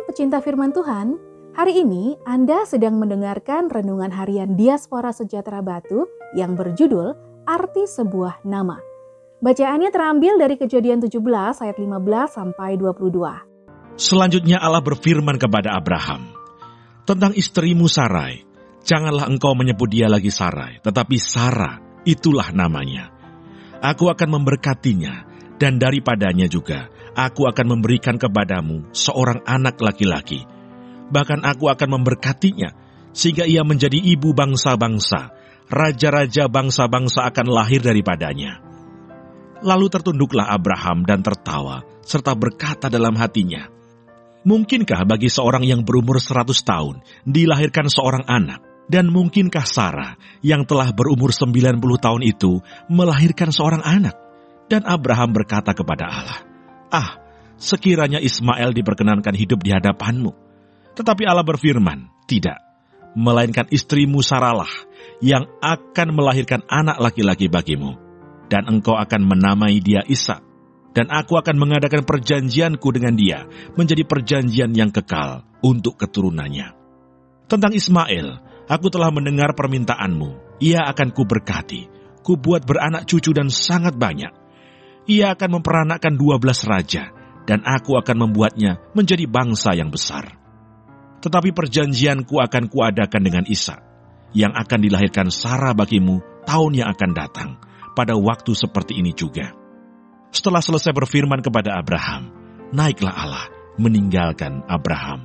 pecinta firman Tuhan, hari ini Anda sedang mendengarkan renungan harian Diaspora Sejahtera Batu yang berjudul Arti Sebuah Nama. Bacaannya terambil dari Kejadian 17 ayat 15 sampai 22. Selanjutnya Allah berfirman kepada Abraham, "Tentang istrimu Sarai, janganlah engkau menyebut dia lagi Sarai, tetapi Sarah, itulah namanya. Aku akan memberkatinya, dan daripadanya juga aku akan memberikan kepadamu seorang anak laki-laki. Bahkan aku akan memberkatinya, sehingga ia menjadi ibu bangsa-bangsa. Raja-raja bangsa-bangsa akan lahir daripadanya." Lalu tertunduklah Abraham dan tertawa, serta berkata dalam hatinya, "Mungkinkah bagi seorang yang berumur 100 tahun dilahirkan seorang anak? Dan mungkinkah Sarah yang telah berumur 90 tahun itu melahirkan seorang anak?" Dan Abraham berkata kepada Allah, sekiranya Ismail diperkenankan hidup di hadapanmu." Tetapi Allah berfirman, "Tidak, melainkan istrimu Sarahlah yang akan melahirkan anak laki-laki bagimu, dan engkau akan menamai dia Ishak. Dan aku akan mengadakan perjanjianku dengan dia menjadi perjanjian yang kekal untuk keturunannya. Tentang Ismail, aku telah mendengar permintaanmu. Ia akan kuberkati, kubuat beranak cucu dan sangat banyak. Ia akan memperanakkan 12 raja, dan aku akan membuatnya menjadi bangsa yang besar. Tetapi perjanjianku akan kuadakan dengan Ishak, yang akan dilahirkan Sarah bagimu tahun yang akan datang, pada waktu seperti ini juga." Setelah selesai berfirman kepada Abraham, naiklah Allah meninggalkan Abraham.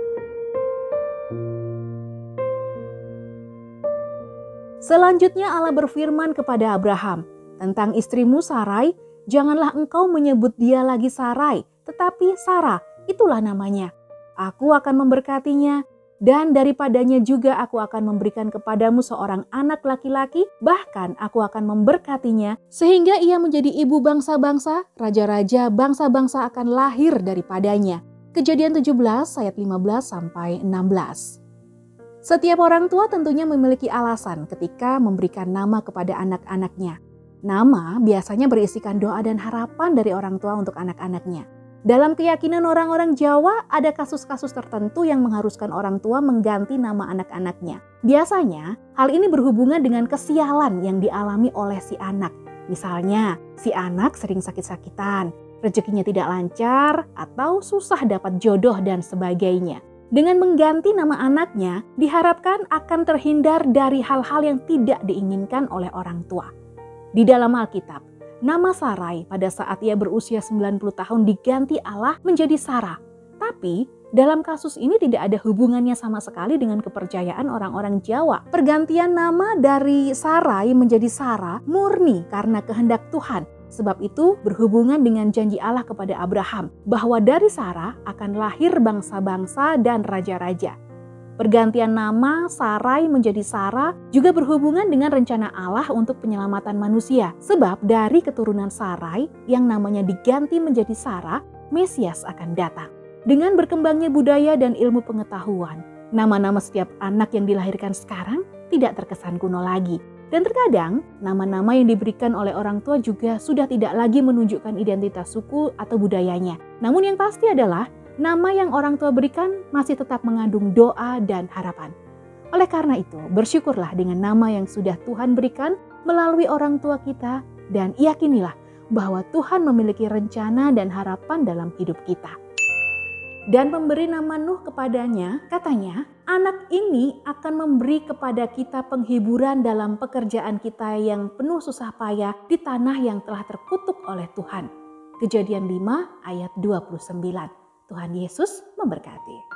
Selanjutnya Allah berfirman kepada Abraham, "Tentang istrimu Sarai, janganlah engkau menyebut dia lagi Sarai, tetapi Sarah, itulah namanya. Aku akan memberkatinya, dan daripadanya juga aku akan memberikan kepadamu seorang anak laki-laki, bahkan aku akan memberkatinya, sehingga ia menjadi ibu bangsa-bangsa, raja-raja bangsa-bangsa akan lahir daripadanya." Kejadian 17 ayat 15 sampai 16. Setiap orang tua tentunya memiliki alasan ketika memberikan nama kepada anak-anaknya. Nama biasanya berisikan doa dan harapan dari orang tua untuk anak-anaknya. Dalam keyakinan orang-orang Jawa, ada kasus-kasus tertentu yang mengharuskan orang tua mengganti nama anak-anaknya. Biasanya, hal ini berhubungan dengan kesialan yang dialami oleh si anak. Misalnya, si anak sering sakit-sakitan, rezekinya tidak lancar, atau susah dapat jodoh dan sebagainya. Dengan mengganti nama anaknya, diharapkan akan terhindar dari hal-hal yang tidak diinginkan oleh orang tua. Di dalam Alkitab, nama Sarai pada saat ia berusia 90 tahun diganti Allah menjadi Sarah. Tapi dalam kasus ini tidak ada hubungannya sama sekali dengan kepercayaan orang-orang Jawa. Pergantian nama dari Sarai menjadi Sarah murni karena kehendak Tuhan. Sebab itu berhubungan dengan janji Allah kepada Abraham bahwa dari Sarah akan lahir bangsa-bangsa dan raja-raja. Pergantian nama Sarai menjadi Sarah juga berhubungan dengan rencana Allah untuk penyelamatan manusia. Sebab dari keturunan Sarai yang namanya diganti menjadi Sarah, Mesias akan datang. Dengan berkembangnya budaya dan ilmu pengetahuan, nama-nama setiap anak yang dilahirkan sekarang tidak terkesan kuno lagi. Dan terkadang nama-nama yang diberikan oleh orang tua juga sudah tidak lagi menunjukkan identitas suku atau budayanya. Namun yang pasti adalah nama yang orang tua berikan masih tetap mengandung doa dan harapan. Oleh karena itu, bersyukurlah dengan nama yang sudah Tuhan berikan melalui orang tua kita, dan yakinilah bahwa Tuhan memiliki rencana dan harapan dalam hidup kita. Dan memberi nama Nuh kepadanya, katanya, "Anak ini akan memberi kepada kita penghiburan dalam pekerjaan kita yang penuh susah payah di tanah yang telah terkutuk oleh Tuhan." Kejadian 5 ayat 29. Tuhan Yesus memberkati.